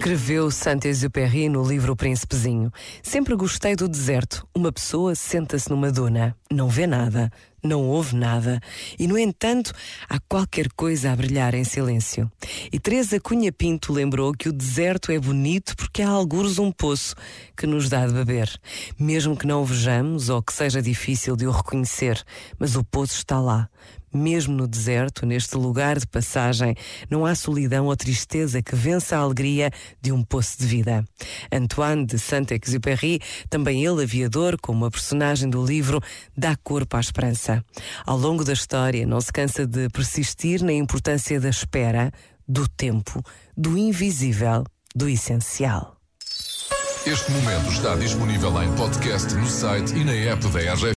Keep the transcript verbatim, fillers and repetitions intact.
Escreveu Saint-Exupéry no livro O Príncipezinho. Sempre gostei do deserto. Uma pessoa senta-se numa duna, não vê nada, não ouve nada e, no entanto, há qualquer coisa a brilhar em silêncio. E Teresa Cunha Pinto lembrou que o deserto é bonito porque há algures um poço que nos dá de beber. Mesmo que não o vejamos ou que seja difícil de o reconhecer, mas o poço está lá. Mesmo no deserto, neste lugar de passagem, não há solidão ou tristeza que vença a alegria de um poço de vida. Antoine de Saint-Exupéry, também ele aviador, como a personagem do livro, dá corpo à esperança. Ao longo da história, não se cansa de persistir na importância da espera, do tempo, do invisível, do essencial. Este momento está disponível em podcast no site e na app da R G F.